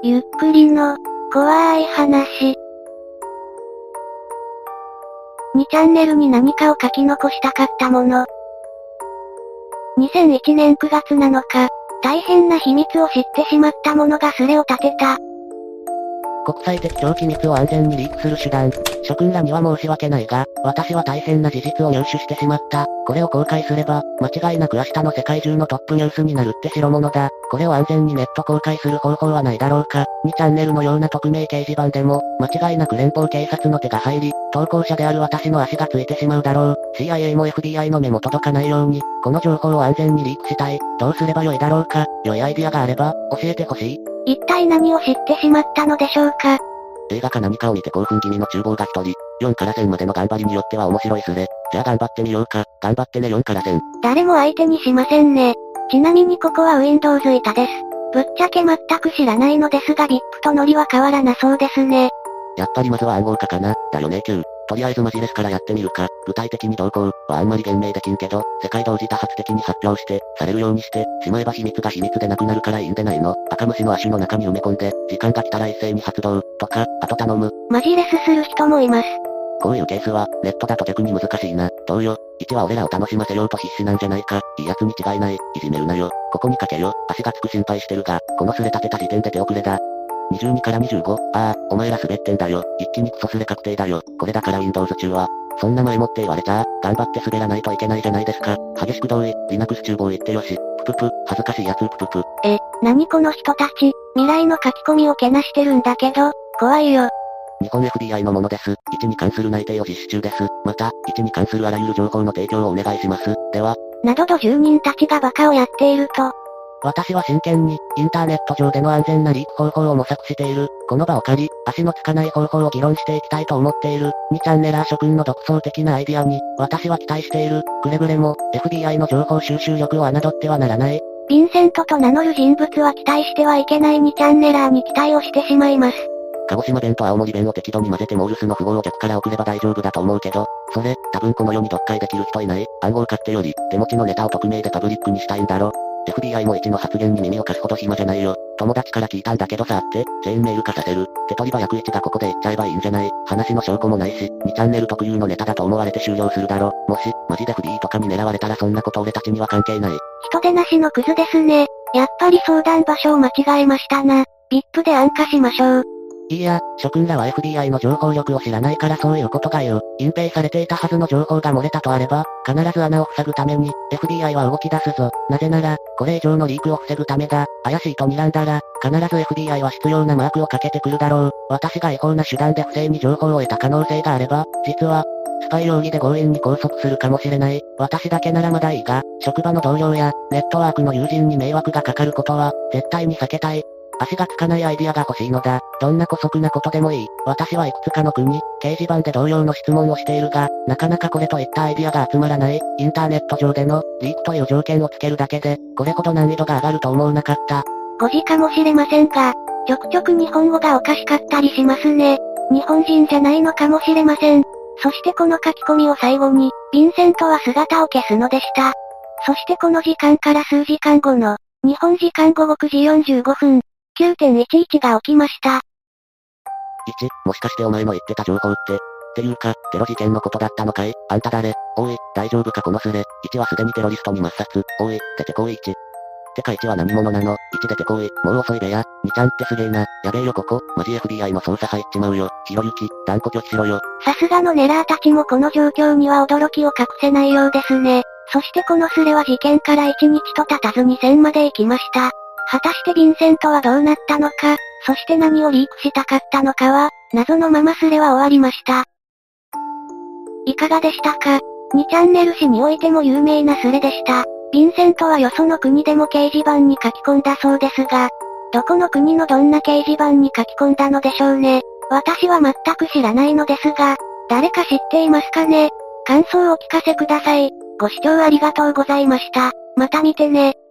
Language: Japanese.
ゆっくりの、怖い話。2チャンネルに何かを書き残したかったもの。2001年9月7日、大変な秘密を知ってしまった者がスレを立てた。 国際的超機密を安全にリークする手段。諸君らには申し訳ないが、私は大変な事実を入手してしまった。これを公開すれば、間違いなく明日の世界中のトップニュースになるって代物だ。これを安全にネット公開する方法はないだろうか。2チャンネルのような匿名掲示板でも、間違いなく連邦警察の手が入り、投稿者である私の足がついてしまうだろう。CIA も FBI の目も届かないように、この情報を安全にリークしたい。どうすればよいだろうか。良いアイディアがあれば、教えてほしい。 一体何を知ってしまったのでしょうか。 映画か何かを見て興奮気味の厨房が一人、4から1000までの頑張りによっては面白いスレ。じゃあ頑張ってみようか。頑張ってね4から1000。 誰も相手にしませんね。ちなみにここは Windows 板です。ぶっちゃけ全く知らないのですが VIP とノリは変わらなそうですね。 やっぱりまずは暗号化かな。だよね9。とりあえずマジレスからやってみるか。具体的にどうこうはあんまり言明できんけど、世界同時多発的に発表して、されるようにして、しまえば秘密が秘密でなくなるからいいんでないの。赤虫の足の中に埋め込んで、時間が来たら一斉に発動、とか、あと頼む。 マジレスする人もいます。 こういうケースは、ネットだと逆に難しいな。どうよ。1は俺らを楽しませようと必死なんじゃないか。いいやつに違いない。いじめるなよ。ここにかけよ。足がつく心配してるが、このスレ立てた時点で手遅れだ。22から25、お前ら滑ってんだよ。一気にクソスレ確定だよ。これだから Windows 中は。そんな前もって言われちゃ頑張って滑らないといけないじゃないですか。激しく同意、Linux 厨房行ってよし。ぷぷぷ、恥ずかしいやつぷぷぷ。 何この人たち、未来の書き込みをけなしてるんだけど、怖いよ。 日本 FBI のものです。1に関する内定を実施中です。また、1に関するあらゆる情報の提供をお願いします。では。 などと住人たちがバカをやっていると、 私は真剣に、インターネット上での安全なリーク方法を模索している。この場を借り、足のつかない方法を議論していきたいと思っている。2チャンネラー諸君の独創的なアイディアに、私は期待している。くれぐれも、FBI の情報収集力を侮ってはならない。 ヴィンセントと名乗る人物は期待してはいけない2チャンネラーに期待をしてしまいます。 鹿児島弁と青森弁を適度に混ぜてモールスの符号を逆から送れば大丈夫だと思うけど、それ、多分この世に読解できる人いない。暗号化ってより、手持ちのネタを匿名でパブリックにしたいんだろ。FBI も1の発言に耳を貸すほど暇じゃないよ。友達から聞いたんだけどさって、チェーンメール化させる。手取り早く1がここで言っちゃえばいいんじゃない。話の証拠もないし、2チャンネル特有のネタだと思われて終了するだろ。もし、マジでフリーとかに狙われたらそんなこと俺たちには関係ない。 人手なしのクズですね。やっぱり相談場所を間違えましたな。VIP で安価しましょう。 いいや、諸君らは FBI の情報力を知らないからそういうことがよ。隠蔽されていたはずの情報が漏れたとあれば、必ず穴を塞ぐために、FBI は動き出すぞ。なぜなら、これ以上のリークを防ぐためだ。怪しいと睨んだら、必ず FBI は必要なマークをかけてくるだろう。私が違法な手段で不正に情報を得た可能性があれば、実は、スパイ容疑で強引に拘束するかもしれない。私だけならまだいいが、職場の同僚や、ネットワークの友人に迷惑がかかることは、絶対に避けたい。足がつかないアイディアが欲しいのだ。どんな姑息なことでもいい。私はいくつかの国、掲示板で同様の質問をしているが、なかなかこれといったアイディアが集まらない。インターネット上での、リークという条件をつけるだけで、これほど難易度が上がると思うなかった。 誤字かもしれませんが、ちょくちょく日本語がおかしかったりしますね。日本人じゃないのかもしれません。そしてこの書き込みを最後に、ヴィンセントは姿を消すのでした。そしてこの時間から数時間後の、日本時間午後9時45分、9.11 が起きました。 1、もしかしてお前の言ってた情報って、っていうか、テロ事件のことだったのかい？あんた誰？おい、大丈夫かこのスレ。1はすでにテロリストに抹殺。おい、出てこい1。てか1は何者なの？ 1 出てこい。もう遅いべや。2ちゃんってすげえな。やべえよここ。マジ FBI の捜査入っちまうよ。ひろゆき、断固拒否しろよ。 さすがのネラーたちもこの状況には驚きを隠せないようですね。そしてこのスレは事件から1日と経たずに1000まで行きました。果たしてヴィンセントはどうなったのか、そして何をリークしたかったのかは、謎のままスレは終わりました。いかがでしたか？ 2 チャンネル史においても有名なスレでした。ヴィンセントはよその国でも掲示板に書き込んだそうですが、どこの国のどんな掲示板に書き込んだのでしょうね。私は全く知らないのですが、誰か知っていますかね？感想をお聞かせください。ご視聴ありがとうございました。また見てね。